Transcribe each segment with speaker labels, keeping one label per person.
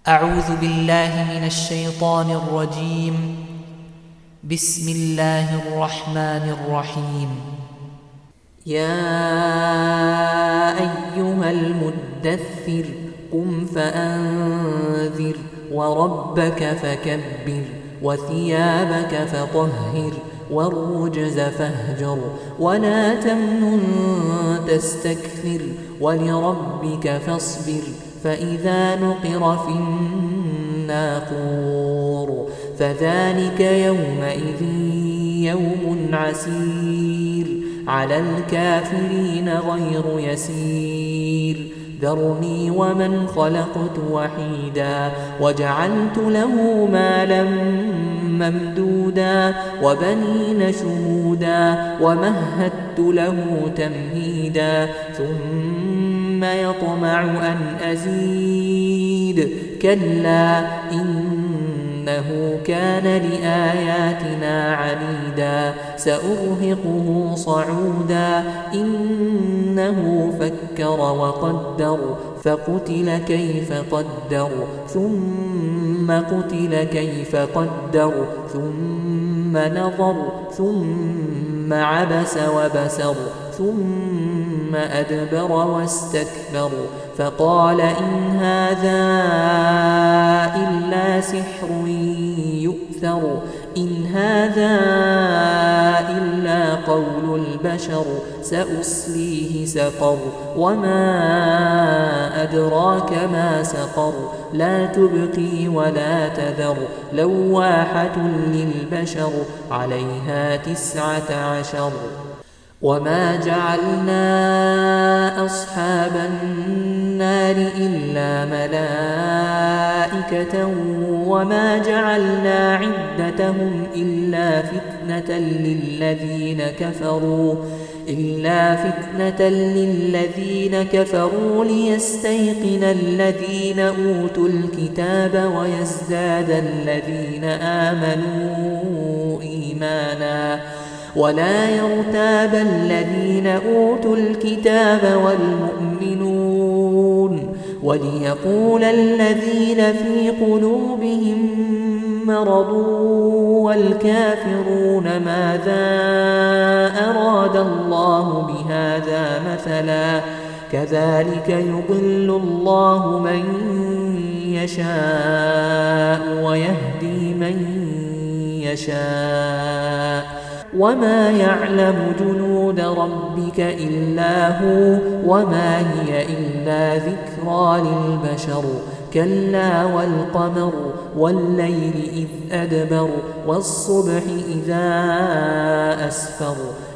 Speaker 1: أعوذ بالله من الشيطان الرجيم. بسم الله الرحمن الرحيم. يا أيها المدثر قم فأنذر وربك فكبر وثيابك فطهر والرجز فاهجر ولا تمنن تستكثر ولربك فاصبر فإذا نقر في الناقور فذلك يومئذ يوم عسير على الكافرين غير يسير ذرني ومن خلقت وحيدا وجعلت له مالا ممدودا وبنين شهودا ومهدت له تمهيدا ثم يطمع أن أزيد كلا إنه كان لآياتنا عنيدا سأرهقه صعودا إنه فكر وقدر فقتل كيف قدر ثم قتل كيف قدر ثم نظر ثم عبس وبسر ثم أدبر واستكبر فقال إن هذا إلا سحر يؤثر إن هذا إلا قول البشر سأصليه سقر وما أدراك ما سقر لا تبقي ولا تذر لواحة للبشر عليها 19 وما جعلنا أصحاب النار إلا ملائكة وما جعلنا عدتهم إلا فتنة للذين كفروا ليستيقن الذين أوتوا الكتاب ويزداد الذين آمنوا إيمانا ولا يرتاب الذين أوتوا الكتاب والمؤمنون وليقول الذين في قلوبهم مرض والكافرون ماذا أراد الله بهذا مثلا كذلك يضل الله من يشاء ويهدي من يشاء وما يعلم جنود ربك إلا هو وما هي إلا ذكرى للبشر كلا والقمر والليل إذ أدبر والصبح إذا أسفر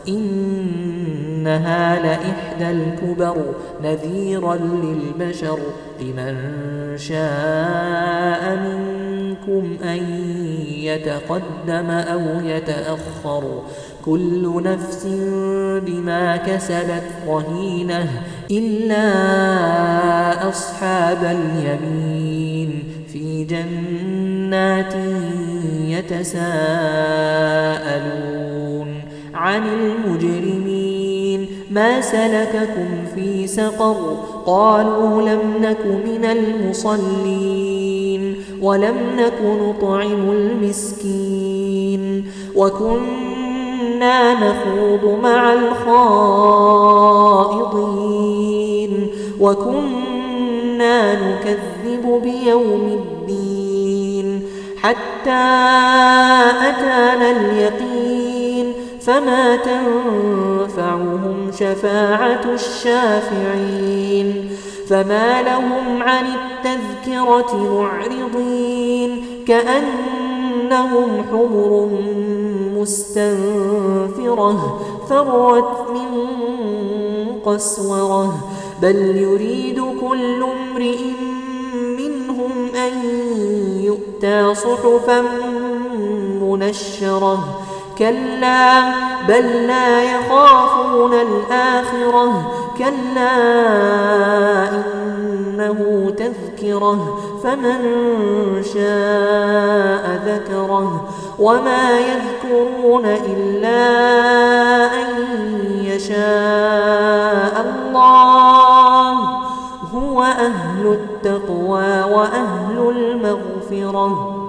Speaker 1: إنها لإحدى الكبر نذيرا للبشر لمن شاء منكم أن يتقدم أو يتأخر كل نفس بما كسبت رهينة إلا أصحاب اليمين في جنات يتساءلون عن المجرمين ما سلككم في سقر قالوا لم نك من المصلين ولم نك نطعم المسكين وكنا نخوض مع الخائضين وكنا نكذب بيوم الدين حتى أتانا اليقين فما تنفعهم شفاعة الشافعين فما لهم عن التذكرة معرضين كأنهم حمر مستنفرة فرت من قسورة بل يريد كل امرئ منهم أن يؤتى صحفا منشرة كلا بل لا يخافون الآخرة كلا إنه تذكرة فمن شاء ذكره وما يذكرون إلا أن يشاء الله هو أهل التقوى وأهل المغفرة